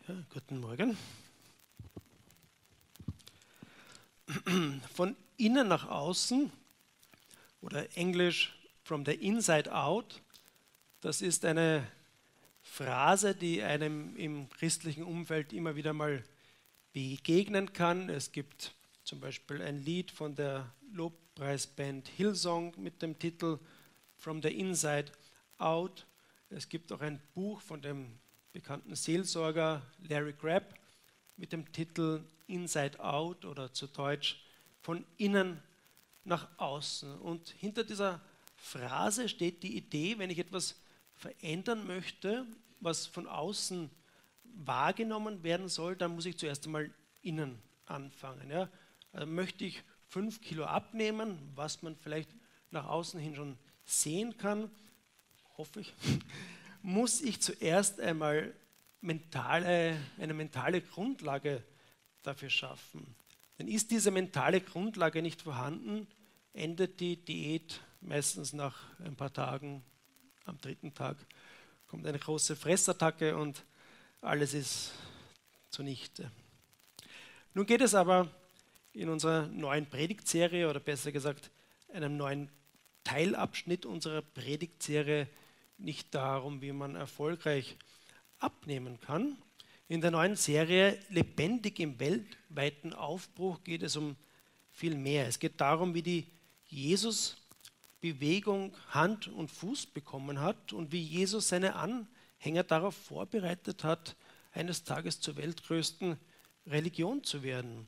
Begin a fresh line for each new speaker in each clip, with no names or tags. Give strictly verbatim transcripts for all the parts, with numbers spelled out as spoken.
Ja, guten Morgen. Von innen nach außen oder Englisch from the inside out, das ist eine Phrase, die einem im christlichen Umfeld immer wieder mal begegnen kann. Es gibt zum Beispiel ein Lied von der Lobpreisband Hillsong mit dem Titel From the Inside Out. Es gibt auch ein Buch von dem bekannten Seelsorger Larry Crabb mit dem Titel Inside Out oder zu Deutsch von innen nach außen. Und hinter dieser Phrase steht die Idee, wenn ich etwas verändern möchte, was von außen wahrgenommen werden soll, dann muss ich zuerst einmal innen anfangen. Ja? Also möchte ich fünf Kilo abnehmen, was man vielleicht nach außen hin schon sehen kann, hoffe ich, muss ich zuerst einmal mentale, eine mentale Grundlage dafür schaffen. Denn ist diese mentale Grundlage nicht vorhanden, endet die Diät meistens nach ein paar Tagen, am dritten Tag kommt eine große Fressattacke und alles ist zunichte. Nun geht es aber in unserer neuen Predigtserie oder besser gesagt einem neuen Teilabschnitt unserer Predigtserie nicht darum, wie man erfolgreich abnehmen kann. In der neuen Serie Lebendig im weltweiten Aufbruch geht es um viel mehr. Es geht darum, wie die Jesus-Bewegung Hand und Fuß bekommen hat und wie Jesus seine Anhänger darauf vorbereitet hat, eines Tages zur weltgrößten Religion zu werden.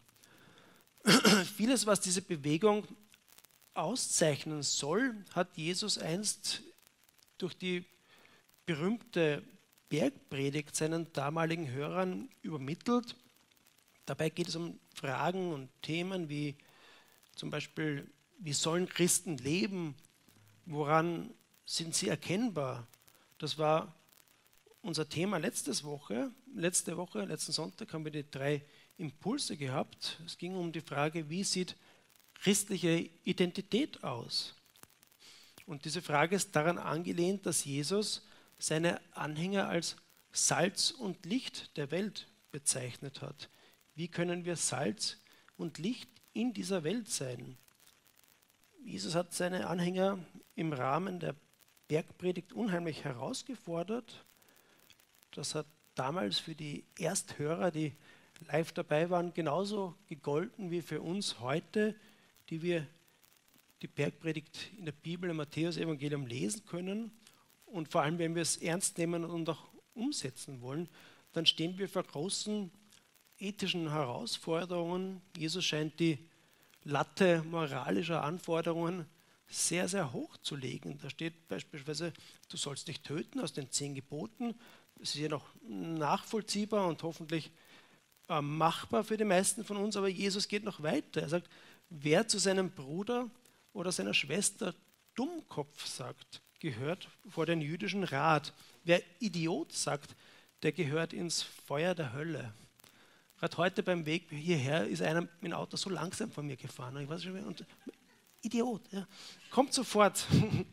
Vieles, was diese Bewegung auszeichnen soll, hat Jesus einst durch die berühmte Bergpredigt seinen damaligen Hörern übermittelt. Dabei geht es um Fragen und Themen wie zum Beispiel, wie sollen Christen leben? Woran sind sie erkennbar? Das war unser Thema letzte Woche. Letzte Woche, letzten Sonntag haben wir die drei Impulse gehabt. Es ging um die Frage, wie sieht christliche Identität aus? Und diese Frage ist daran angelehnt, dass Jesus seine Anhänger als Salz und Licht der Welt bezeichnet hat. Wie können wir Salz und Licht in dieser Welt sein? Jesus hat seine Anhänger im Rahmen der Bergpredigt unheimlich herausgefordert. Das hat damals für die Ersthörer, die live dabei waren, genauso gegolten wie für uns heute, die wir die Bergpredigt in der Bibel, im Matthäus-Evangelium lesen können. Und vor allem, wenn wir es ernst nehmen und auch umsetzen wollen, dann stehen wir vor großen ethischen Herausforderungen. Jesus scheint die Latte moralischer Anforderungen sehr, sehr hoch zu legen. Da steht beispielsweise, du sollst nicht töten aus den zehn Geboten. Das ist ja noch nachvollziehbar und hoffentlich äh, machbar für die meisten von uns, aber Jesus geht noch weiter. Er sagt, wer zu seinem Bruder oder seiner Schwester Dummkopf sagt, gehört vor den jüdischen Rat. Wer Idiot sagt, der gehört ins Feuer der Hölle. Gerade heute beim Weg hierher ist einer mit dem Auto so langsam von mir gefahren. Ich weiß schon, und Idiot, ja. Kommt sofort.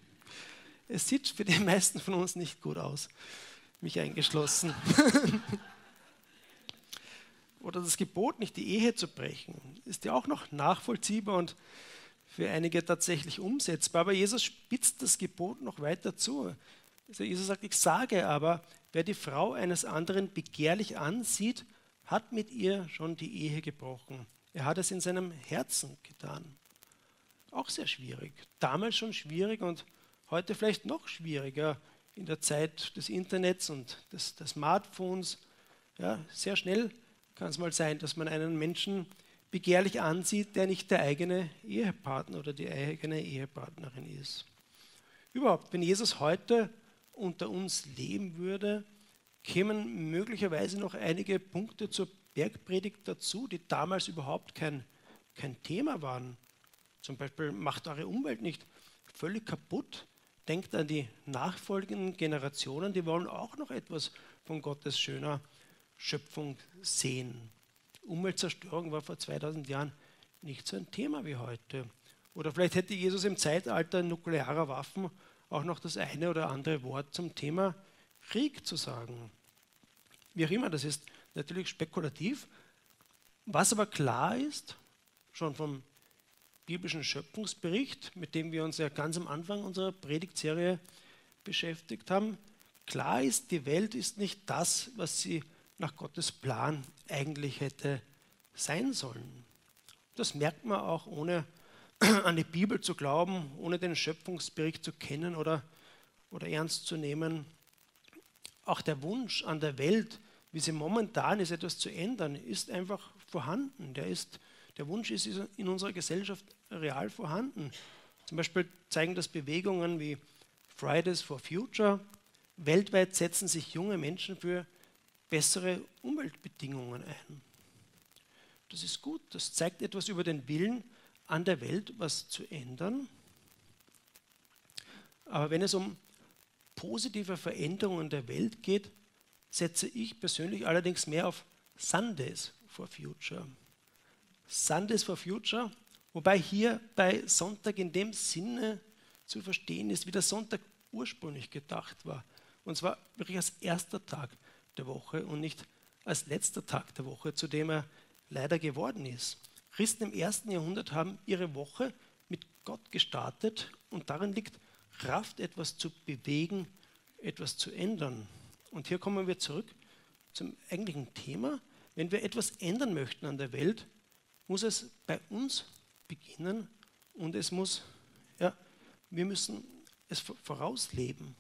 Es sieht für die meisten von uns nicht gut aus, mich eingeschlossen. Oder das Gebot, nicht die Ehe zu brechen, ist ja auch noch nachvollziehbar und für einige tatsächlich umsetzbar. Aber Jesus spitzt das Gebot noch weiter zu. Also Jesus sagt, ich sage aber, wer die Frau eines anderen begehrlich ansieht, hat mit ihr schon die Ehe gebrochen. Er hat es in seinem Herzen getan. Auch sehr schwierig. Damals schon schwierig und heute vielleicht noch schwieriger in der Zeit des Internets und des, des Smartphones. Ja, sehr schnell kann es mal sein, dass man einen Menschen begehrlich ansieht, der nicht der eigene Ehepartner oder die eigene Ehepartnerin ist. Überhaupt, wenn Jesus heute unter uns leben würde, kämen möglicherweise noch einige Punkte zur Bergpredigt dazu, die damals überhaupt kein, kein Thema waren. Zum Beispiel, macht eure Umwelt nicht völlig kaputt. Denkt an die nachfolgenden Generationen, die wollen auch noch etwas von Gottes schöner Schöpfung sehen. Umweltzerstörung war vor zweitausend Jahren nicht so ein Thema wie heute. Oder vielleicht hätte Jesus im Zeitalter nuklearer Waffen auch noch das eine oder andere Wort zum Thema Krieg zu sagen. Wie auch immer, das ist natürlich spekulativ. Was aber klar ist, schon vom biblischen Schöpfungsbericht, mit dem wir uns ja ganz am Anfang unserer Predigtserie beschäftigt haben, klar ist, die Welt ist nicht das, was sie nach Gottes Plan eigentlich hätte sein sollen. Das merkt man auch, ohne an die Bibel zu glauben, ohne den Schöpfungsbericht zu kennen oder, oder ernst zu nehmen. Auch der Wunsch an der Welt, wie sie momentan ist, etwas zu ändern, ist einfach vorhanden. Der, ist, der Wunsch ist in unserer Gesellschaft real vorhanden. Zum Beispiel zeigen das Bewegungen wie Fridays for Future. Weltweit setzen sich junge Menschen für bessere Umweltbedingungen ein. Das ist gut, das zeigt etwas über den Willen an der Welt, was zu ändern. Aber wenn es um positive Veränderungen der Welt geht, setze ich persönlich allerdings mehr auf Sundays for Future. Sundays for Future, wobei hier bei Sonntag in dem Sinne zu verstehen ist, wie der Sonntag ursprünglich gedacht war. Und zwar wirklich als erster Tag der Woche und nicht als letzter Tag der Woche, zu dem er leider geworden ist. Christen im ersten Jahrhundert haben ihre Woche mit Gott gestartet und darin liegt Kraft, etwas zu bewegen, etwas zu ändern. Und hier kommen wir zurück zum eigentlichen Thema. Wenn wir etwas ändern möchten an der Welt, muss es bei uns beginnen und es muss, ja, wir müssen es vorausleben.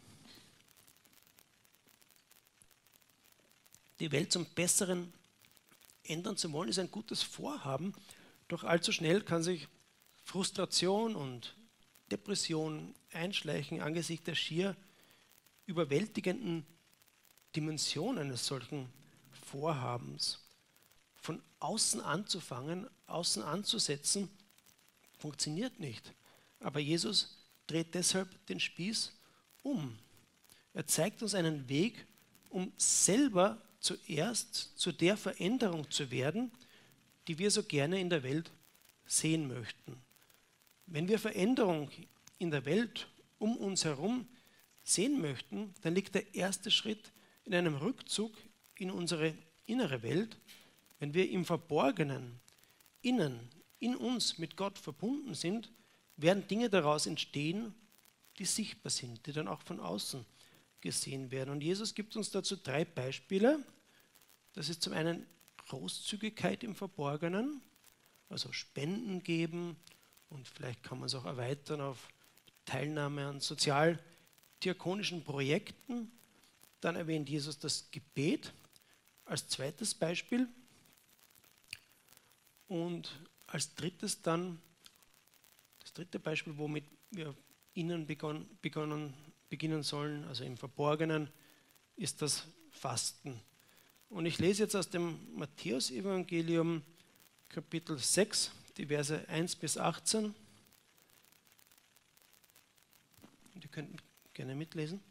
Die Welt zum Besseren ändern zu wollen, ist ein gutes Vorhaben, doch allzu schnell kann sich Frustration und Depression einschleichen angesichts der schier überwältigenden Dimension eines solchen Vorhabens. Von außen anzufangen, außen anzusetzen, funktioniert nicht. Aber Jesus dreht deshalb den Spieß um. Er zeigt uns einen Weg, um selber zuerst zu der Veränderung zu werden, die wir so gerne in der Welt sehen möchten. Wenn wir Veränderung in der Welt um uns herum sehen möchten, dann liegt der erste Schritt in einem Rückzug in unsere innere Welt. Wenn wir im Verborgenen, innen, in uns mit Gott verbunden sind, werden Dinge daraus entstehen, die sichtbar sind, die dann auch von außen gesehen werden. Und Jesus gibt uns dazu drei Beispiele. Das ist zum einen Großzügigkeit im Verborgenen, also Spenden geben, und vielleicht kann man es auch erweitern auf Teilnahme an sozial-diakonischen Projekten. Dann erwähnt Jesus das Gebet als zweites Beispiel und als drittes dann, das dritte Beispiel, womit wir innen begonnen, begonnen, beginnen sollen, also im Verborgenen, ist das Fasten. Und ich lese jetzt aus dem Matthäus-Evangelium Kapitel sechs, die Verse eins bis achtzehn. Und ihr könnt gerne mitlesen.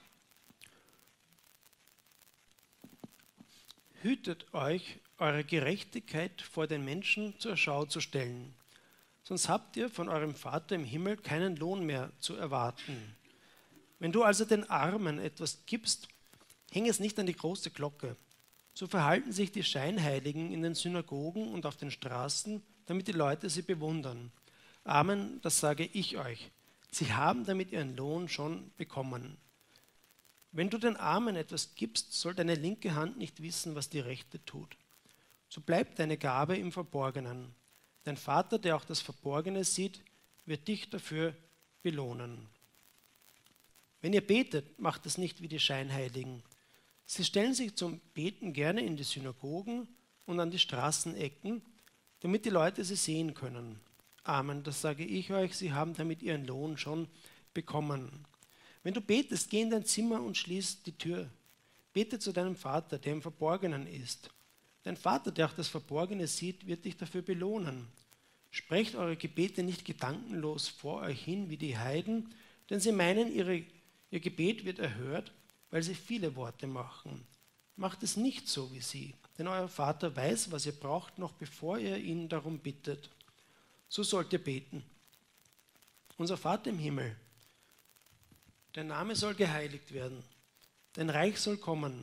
Hütet euch, eure Gerechtigkeit vor den Menschen zur Schau zu stellen, sonst habt ihr von eurem Vater im Himmel keinen Lohn mehr zu erwarten. Wenn du also den Armen etwas gibst, häng es nicht an die große Glocke. So verhalten sich die Scheinheiligen in den Synagogen und auf den Straßen, damit die Leute sie bewundern. Amen, das sage ich euch. Sie haben damit ihren Lohn schon bekommen. Wenn du den Armen etwas gibst, soll deine linke Hand nicht wissen, was die rechte tut. So bleibt deine Gabe im Verborgenen. Dein Vater, der auch das Verborgene sieht, wird dich dafür belohnen. Wenn ihr betet, macht es nicht wie die Scheinheiligen. Sie stellen sich zum Beten gerne in die Synagogen und an die Straßenecken, damit die Leute sie sehen können. Amen, das sage ich euch, sie haben damit ihren Lohn schon bekommen. Wenn du betest, geh in dein Zimmer und schließ die Tür. Bete zu deinem Vater, der im Verborgenen ist. Dein Vater, der auch das Verborgene sieht, wird dich dafür belohnen. Sprecht eure Gebete nicht gedankenlos vor euch hin wie die Heiden, denn sie meinen, ihre, ihr Gebet wird erhört, weil sie viele Worte machen. Macht es nicht so wie sie, denn euer Vater weiß, was ihr braucht, noch bevor ihr ihn darum bittet. So sollt ihr beten. Unser Vater im Himmel, dein Name soll geheiligt werden, dein Reich soll kommen,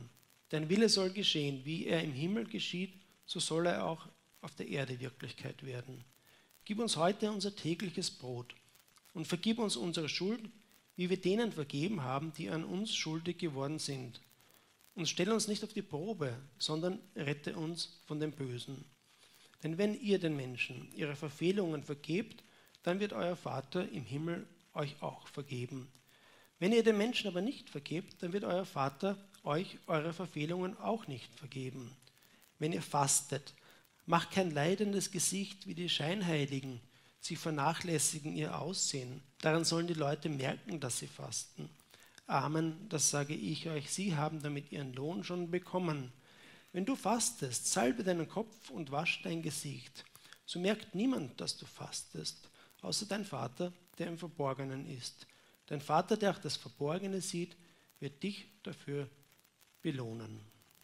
Dein Wille soll geschehen, wie er im Himmel geschieht, so soll er auch auf der Erde Wirklichkeit werden. Gib uns heute unser tägliches Brot und vergib uns unsere Schuld, wie wir denen vergeben haben, die an uns schuldig geworden sind. Und stell uns nicht auf die Probe, sondern rette uns von dem Bösen. Denn wenn ihr den Menschen ihre Verfehlungen vergebt, dann wird euer Vater im Himmel euch auch vergeben. Wenn ihr den Menschen aber nicht vergebt, dann wird euer Vater euch eure Verfehlungen auch nicht vergeben. Wenn ihr fastet, macht kein leidendes Gesicht wie die Scheinheiligen. Sie vernachlässigen ihr Aussehen. Daran sollen die Leute merken, dass sie fasten. Amen, das sage ich euch, sie haben damit ihren Lohn schon bekommen. Wenn du fastest, salbe deinen Kopf und wasch dein Gesicht. So merkt niemand, dass du fastest, außer dein Vater, der im Verborgenen ist. Dein Vater, der auch das Verborgene sieht, wird dich dafür belohnen.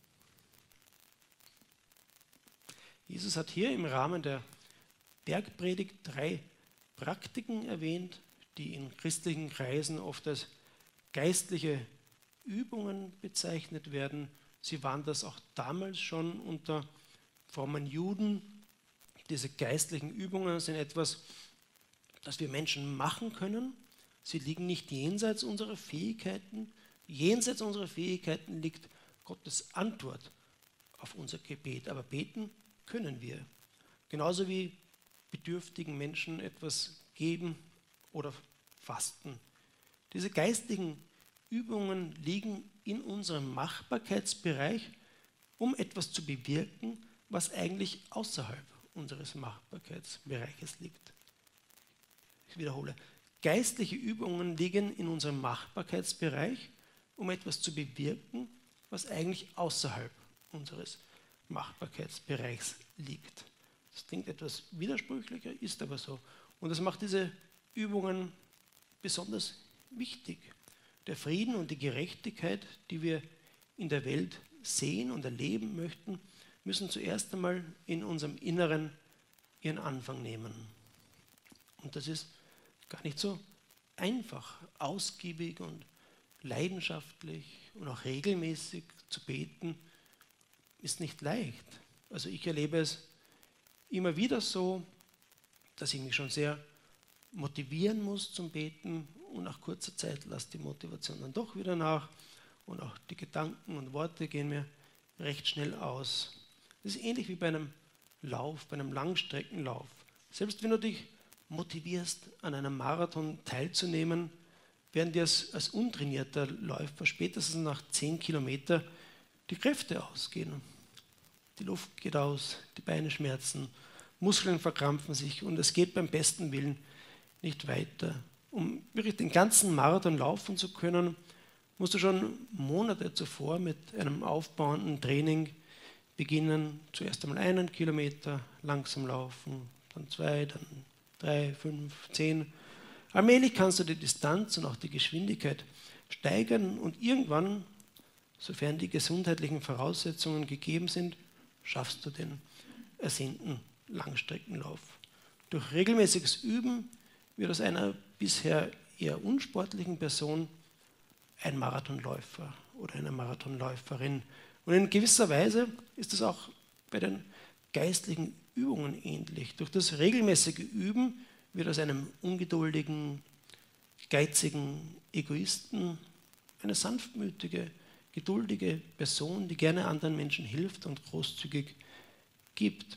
Jesus hat hier im Rahmen der Bergpredigt drei Praktiken erwähnt, die in christlichen Kreisen oft als geistliche Übungen bezeichnet werden. Sie waren das auch damals schon unter frommen Juden. Diese geistlichen Übungen sind etwas, das wir Menschen machen können. Sie liegen nicht jenseits unserer Fähigkeiten. Jenseits unserer Fähigkeiten liegt Gottes Antwort auf unser Gebet. Aber beten können wir. Genauso wie bedürftigen Menschen etwas geben oder fasten. Diese geistigen Übungen liegen in unserem Machbarkeitsbereich, um etwas zu bewirken, was eigentlich außerhalb unseres Machbarkeitsbereiches liegt. Ich wiederhole, geistliche Übungen liegen in unserem Machbarkeitsbereich, um etwas zu bewirken, was eigentlich außerhalb unseres Machbarkeitsbereichs liegt. Das klingt etwas widersprüchlicher, ist aber so. Und das macht diese Übungen besonders wichtig. Der Frieden und die Gerechtigkeit, die wir in der Welt sehen und erleben möchten, müssen zuerst einmal in unserem Inneren ihren Anfang nehmen. Und das ist gar nicht so einfach, ausgiebig und leidenschaftlich und auch regelmäßig zu beten, ist nicht leicht. Also ich erlebe es immer wieder so, dass ich mich schon sehr motivieren muss zum Beten und nach kurzer Zeit lässt die Motivation dann doch wieder nach und auch die Gedanken und Worte gehen mir recht schnell aus. Das ist ähnlich wie bei einem Lauf, bei einem Langstreckenlauf. Selbst wenn du dich motivierst, an einem Marathon teilzunehmen, werden dir als, als untrainierter Läufer spätestens nach zehn Kilometern die Kräfte ausgehen. Die Luft geht aus, die Beine schmerzen, Muskeln verkrampfen sich und es geht beim besten Willen nicht weiter. Um wirklich den ganzen Marathon laufen zu können, musst du schon Monate zuvor mit einem aufbauenden Training beginnen. Zuerst einmal einen Kilometer langsam laufen, dann zwei, dann drei, fünf, zehn. Allmählich kannst du die Distanz und auch die Geschwindigkeit steigern und irgendwann, sofern die gesundheitlichen Voraussetzungen gegeben sind, schaffst du den ersehnten Langstreckenlauf. Durch regelmäßiges Üben wird aus einer bisher eher unsportlichen Person ein Marathonläufer oder eine Marathonläuferin. Und in gewisser Weise ist es auch bei den geistlichen Übungen ähnlich. Durch das regelmäßige Üben wird aus einem ungeduldigen, geizigen Egoisten eine sanftmütige, geduldige Person, die gerne anderen Menschen hilft und großzügig gibt.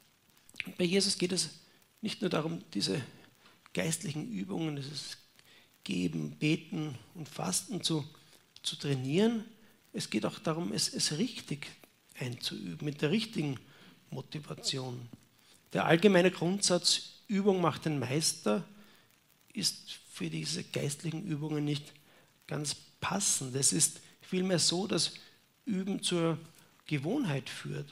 Und bei Jesus geht es nicht nur darum, diese geistlichen Übungen, dieses Geben, Beten und Fasten zu, zu trainieren. Es geht auch darum, es, es richtig einzuüben, mit der richtigen Motivation. Der allgemeine Grundsatz, Übung macht den Meister, ist für diese geistlichen Übungen nicht ganz passend. Es ist vielmehr so, dass Üben zur Gewohnheit führt.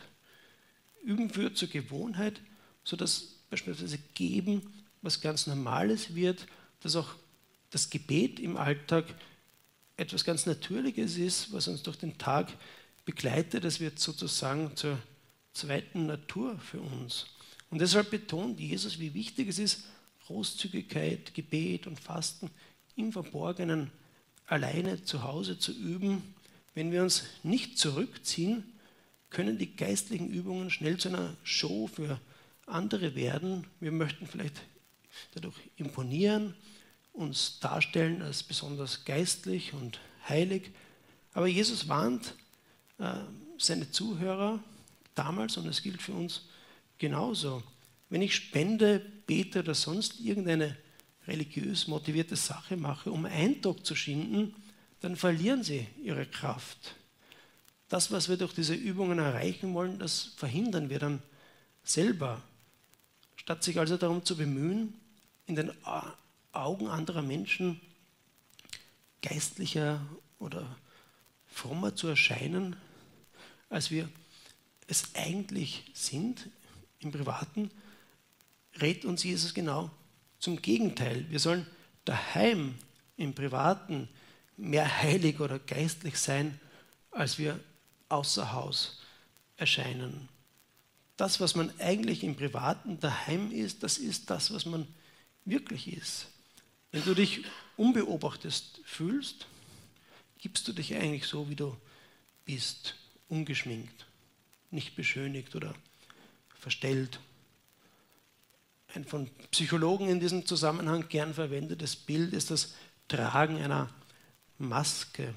Üben führt zur Gewohnheit, sodass beispielsweise Geben was ganz Normales wird, dass auch das Gebet im Alltag etwas ganz Natürliches ist, was uns durch den Tag begleitet. Es wird sozusagen zur zweiten Natur für uns. Und deshalb betont Jesus, wie wichtig es ist, Großzügigkeit, Gebet und Fasten im Verborgenen alleine zu Hause zu üben, Wenn wir uns nicht zurückziehen, können die geistlichen Übungen schnell zu einer Show für andere werden. Wir möchten vielleicht dadurch imponieren, uns darstellen als besonders geistlich und heilig. Aber Jesus warnt äh, seine Zuhörer damals, und es gilt für uns genauso. Wenn ich spende, bete oder sonst irgendeine religiös motivierte Sache mache, um Eindruck zu schinden, dann verlieren sie ihre Kraft. Das, was wir durch diese Übungen erreichen wollen, das verhindern wir dann selber. Statt sich also darum zu bemühen, in den Augen anderer Menschen geistlicher oder frommer zu erscheinen, als wir es eigentlich sind im Privaten, rät uns Jesus genau zum Gegenteil. Wir sollen daheim im Privaten mehr heilig oder geistlich sein, als wir außer Haus erscheinen. Das, was man eigentlich im Privaten daheim ist, das ist das, was man wirklich ist. Wenn du dich unbeobachtet fühlst, gibst du dich eigentlich so, wie du bist, ungeschminkt, nicht beschönigt oder verstellt. Ein von Psychologen in diesem Zusammenhang gern verwendetes Bild ist das Tragen einer Maske.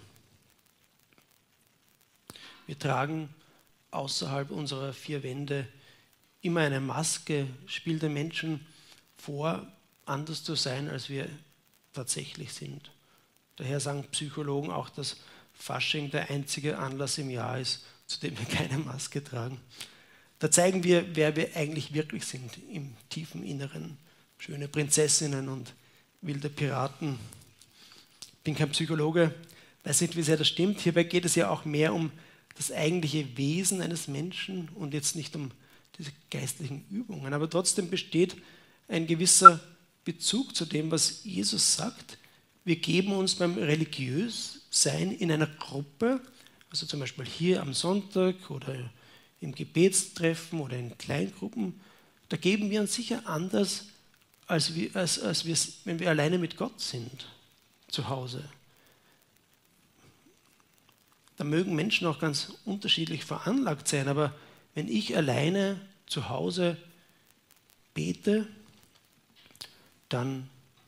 Wir tragen außerhalb unserer vier Wände immer eine Maske, spielt den Menschen vor, anders zu sein, als wir tatsächlich sind. Daher sagen Psychologen auch, dass Fasching der einzige Anlass im Jahr ist, zu dem wir keine Maske tragen. Da zeigen wir, wer wir eigentlich wirklich sind, im tiefen Inneren. Schöne Prinzessinnen und wilde Piraten. Ich bin kein Psychologe, weiß nicht, wie sehr das stimmt. Hierbei geht es ja auch mehr um das eigentliche Wesen eines Menschen und jetzt nicht um diese geistlichen Übungen. Aber trotzdem besteht ein gewisser Bezug zu dem, was Jesus sagt. Wir geben uns beim Religiössein in einer Gruppe, also zum Beispiel hier am Sonntag oder im Gebetstreffen oder in Kleingruppen, da geben wir uns sicher anders, als, wir, als, als wir, wenn wir alleine mit Gott sind, zu Hause. Da mögen Menschen auch ganz unterschiedlich veranlagt sein, aber wenn ich alleine zu Hause bete, dann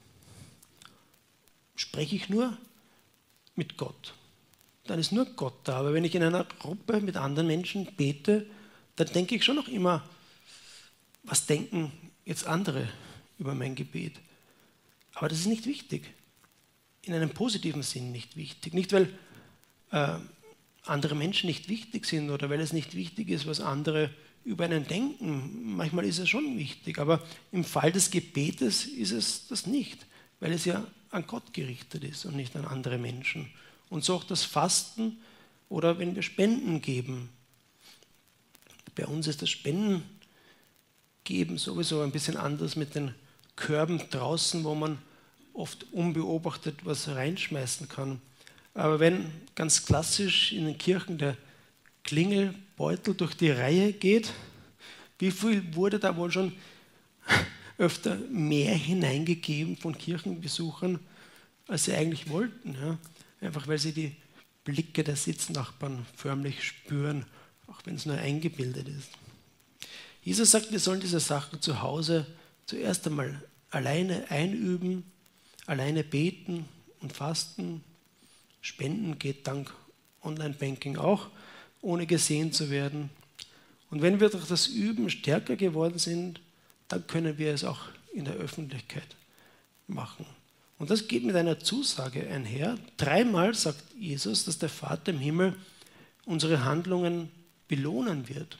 spreche ich nur mit Gott. Dann ist nur Gott da. Aber wenn ich in einer Gruppe mit anderen Menschen bete, dann denke ich schon noch immer, was denken jetzt andere über mein Gebet? Aber das ist nicht wichtig. In einem positiven Sinn nicht wichtig. Nicht, weil äh, andere Menschen nicht wichtig sind oder weil es nicht wichtig ist, was andere über einen denken. Manchmal ist es schon wichtig, aber im Fall des Gebetes ist es das nicht, weil es ja an Gott gerichtet ist und nicht an andere Menschen. Und so auch das Fasten oder wenn wir Spenden geben. Bei uns ist das Spendengeben sowieso ein bisschen anders mit den Körben draußen, wo man oft unbeobachtet was reinschmeißen kann. Aber wenn ganz klassisch in den Kirchen der Klingelbeutel durch die Reihe geht, wie viel wurde da wohl schon öfter mehr hineingegeben von Kirchenbesuchern, als sie eigentlich wollten. Ja? Einfach weil sie die Blicke der Sitznachbarn förmlich spüren, auch wenn es nur eingebildet ist. Jesus sagt, wir sollen diese Sachen zu Hause zuerst einmal alleine einüben, alleine beten und fasten. Spenden geht dank Online-Banking auch, ohne gesehen zu werden. Und wenn wir durch das Üben stärker geworden sind, dann können wir es auch in der Öffentlichkeit machen. Und das geht mit einer Zusage einher. Dreimal sagt Jesus, dass der Vater im Himmel unsere Handlungen belohnen wird.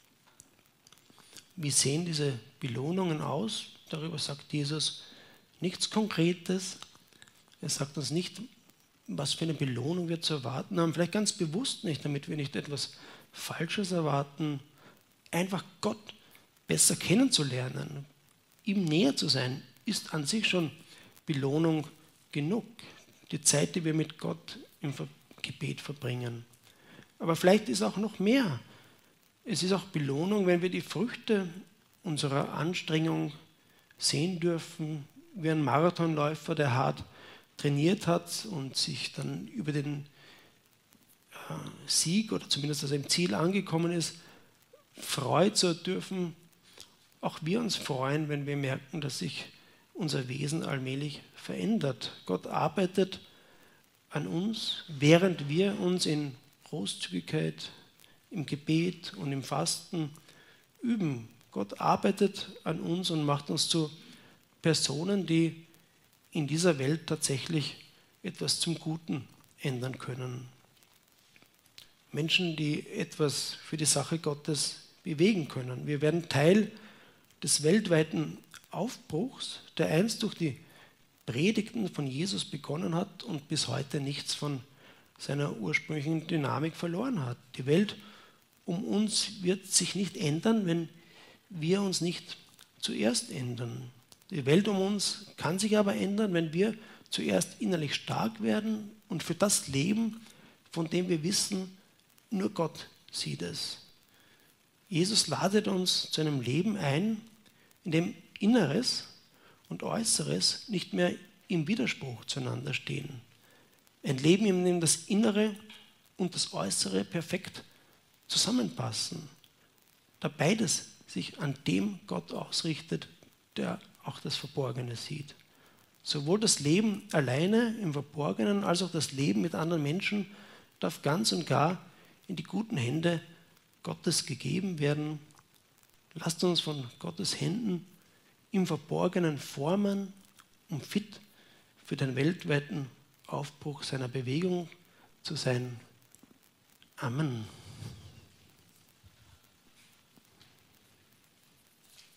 Wie sehen diese Belohnungen aus? Darüber sagt Jesus nichts Konkretes. Er sagt uns nicht, was für eine Belohnung wir zu erwarten haben. Vielleicht ganz bewusst nicht, damit wir nicht etwas Falsches erwarten. Einfach Gott besser kennenzulernen, ihm näher zu sein, ist an sich schon Belohnung genug. Die Zeit, die wir mit Gott im Gebet verbringen. Aber vielleicht ist auch noch mehr. Es ist auch Belohnung, wenn wir die Früchte unserer Anstrengung sehen dürfen, wie ein Marathonläufer, der hart trainiert hat und sich dann über den Sieg oder zumindest dass er im Ziel angekommen ist, freut, so dürfen auch wir uns freuen, wenn wir merken, dass sich unser Wesen allmählich verändert. Gott arbeitet an uns, während wir uns in Großzügigkeit, im Gebet und im Fasten üben. Gott arbeitet an uns und macht uns zu Personen, die in dieser Welt tatsächlich etwas zum Guten ändern können. Menschen, die etwas für die Sache Gottes bewegen können. Wir werden Teil des weltweiten Aufbruchs, der einst durch die Predigten von Jesus begonnen hat und bis heute nichts von seiner ursprünglichen Dynamik verloren hat. Die Welt um uns wird sich nicht ändern, wenn wir uns nicht zuerst ändern. Die Welt um uns kann sich aber ändern, wenn wir zuerst innerlich stark werden und für das leben, von dem wir wissen, nur Gott sieht es. Jesus ladet uns zu einem Leben ein, in dem Inneres und Äußeres nicht mehr im Widerspruch zueinander stehen. Ein Leben, in dem das Innere und das Äußere perfekt zusammenpassen, da beides sich an dem Gott ausrichtet, der auch das Verborgene sieht. Sowohl das Leben alleine im Verborgenen als auch das Leben mit anderen Menschen darf ganz und gar in die guten Hände Gottes gegeben werden. Lasst uns von Gottes Händen im Verborgenen formen, um fit für den weltweiten Aufbruch seiner Bewegung zu sein. Amen.